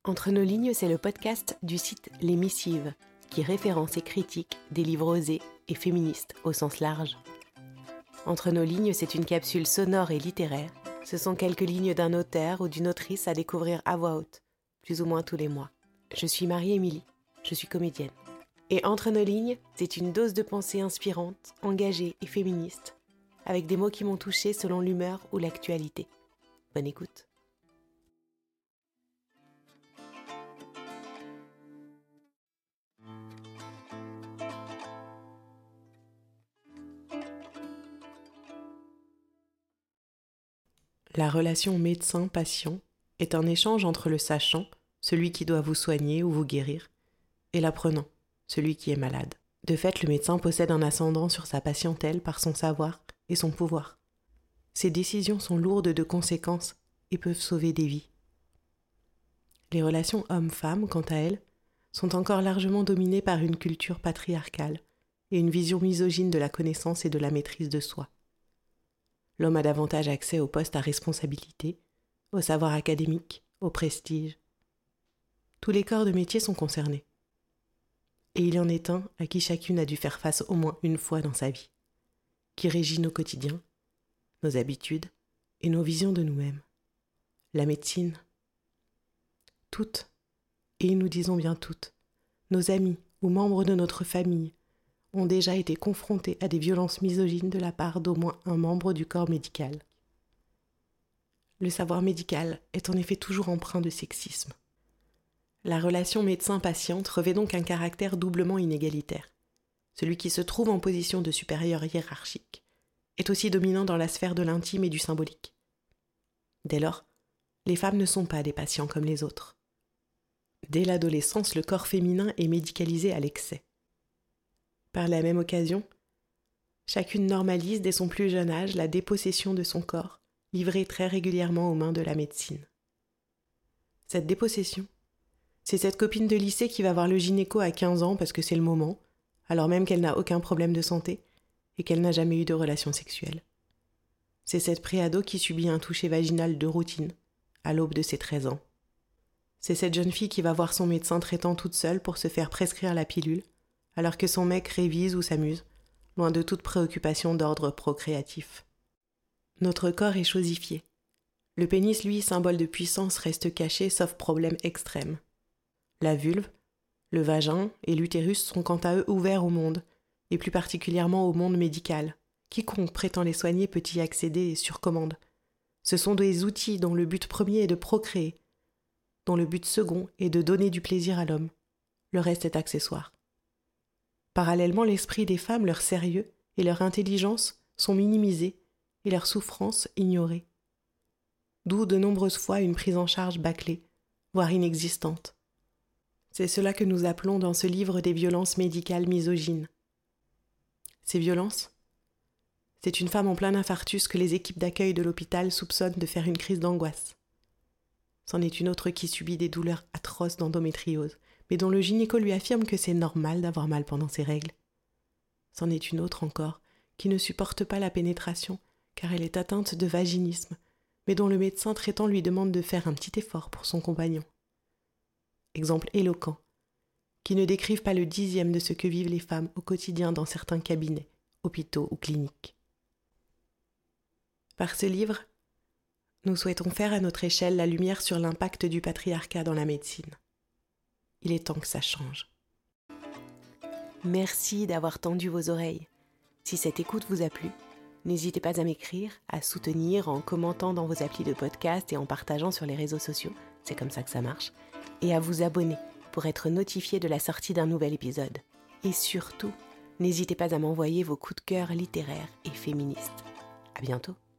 Entre nos lignes, c'est le podcast du site Les Missives, qui référence et critique des livres osés et féministes au sens large. Entre nos lignes, c'est une capsule sonore et littéraire. Ce sont quelques lignes d'un auteur ou d'une autrice à découvrir à voix haute, plus ou moins tous les mois. Je suis Marie-Émilie, je suis comédienne. Et Entre nos lignes, c'est une dose de pensée inspirante, engagée et féministe, avec des mots qui m'ont touchée selon l'humeur ou l'actualité. Bonne écoute. La relation médecin-patient est un échange entre le sachant, celui qui doit vous soigner ou vous guérir, et l'apprenant, celui qui est malade. De fait, le médecin possède un ascendant sur sa patientèle par son savoir et son pouvoir. Ses décisions sont lourdes de conséquences et peuvent sauver des vies. Les relations hommes-femmes, quant à elles, sont encore largement dominées par une culture patriarcale et une vision misogyne de la connaissance et de la maîtrise de soi. L'homme a davantage accès aux postes à responsabilité, au savoir académique, au prestige. Tous les corps de métier sont concernés. Et il y en est un à qui chacune a dû faire face au moins une fois dans sa vie, qui régit nos quotidiens, nos habitudes et nos visions de nous-mêmes. La médecine. Toutes, et nous disons bien toutes, nos amis ou membres de notre famille ont déjà été confrontés à des violences misogynes de la part d'au moins un membre du corps médical. Le savoir médical est en effet toujours empreint de sexisme. La relation médecin-patiente revêt donc un caractère doublement inégalitaire. Celui qui se trouve en position de supérieur hiérarchique est aussi dominant dans la sphère de l'intime et du symbolique. Dès lors, les femmes ne sont pas des patients comme les autres. Dès l'adolescence, le corps féminin est médicalisé à l'excès. Par la même occasion, chacune normalise dès son plus jeune âge la dépossession de son corps, livrée très régulièrement aux mains de la médecine. Cette dépossession, c'est cette copine de lycée qui va voir le gynéco à 15 ans parce que c'est le moment, alors même qu'elle n'a aucun problème de santé et qu'elle n'a jamais eu de relation sexuelle. C'est cette préado qui subit un toucher vaginal de routine, à l'aube de ses 13 ans. C'est cette jeune fille qui va voir son médecin traitant toute seule pour se faire prescrire la pilule, alors que son mec révise ou s'amuse, loin de toute préoccupation d'ordre procréatif. Notre corps est chosifié. Le pénis, lui, symbole de puissance, reste caché sauf problème extrême. La vulve, le vagin et l'utérus sont quant à eux ouverts au monde, et plus particulièrement au monde médical. Quiconque prétend les soigner peut y accéder sur commande. Ce sont des outils dont le but premier est de procréer, dont le but second est de donner du plaisir à l'homme. Le reste est accessoire. Parallèlement, l'esprit des femmes, leur sérieux et leur intelligence sont minimisés et leur souffrance ignorée. D'où de nombreuses fois une prise en charge bâclée, voire inexistante. C'est cela que nous appelons dans ce livre des violences médicales misogynes. Ces violences, c'est une femme en plein infarctus que les équipes d'accueil de l'hôpital soupçonnent de faire une crise d'angoisse. C'en est une autre qui subit des douleurs atroces d'endométriose, mais dont le gynéco lui affirme que c'est normal d'avoir mal pendant ses règles. C'en est une autre encore qui ne supporte pas la pénétration car elle est atteinte de vaginisme, mais dont le médecin traitant lui demande de faire un petit effort pour son compagnon. Exemple éloquent, qui ne décrivent pas le 10e de ce que vivent les femmes au quotidien dans certains cabinets, hôpitaux ou cliniques. Par ce livre, nous souhaitons faire à notre échelle la lumière sur l'impact du patriarcat dans la médecine. Il est temps que ça change. Merci d'avoir tendu vos oreilles. Si cette écoute vous a plu, n'hésitez pas à m'écrire, à soutenir en commentant dans vos applis de podcast et en partageant sur les réseaux sociaux, c'est comme ça que ça marche, et à vous abonner pour être notifié de la sortie d'un nouvel épisode. Et surtout, n'hésitez pas à m'envoyer vos coups de cœur littéraires et féministes. À bientôt.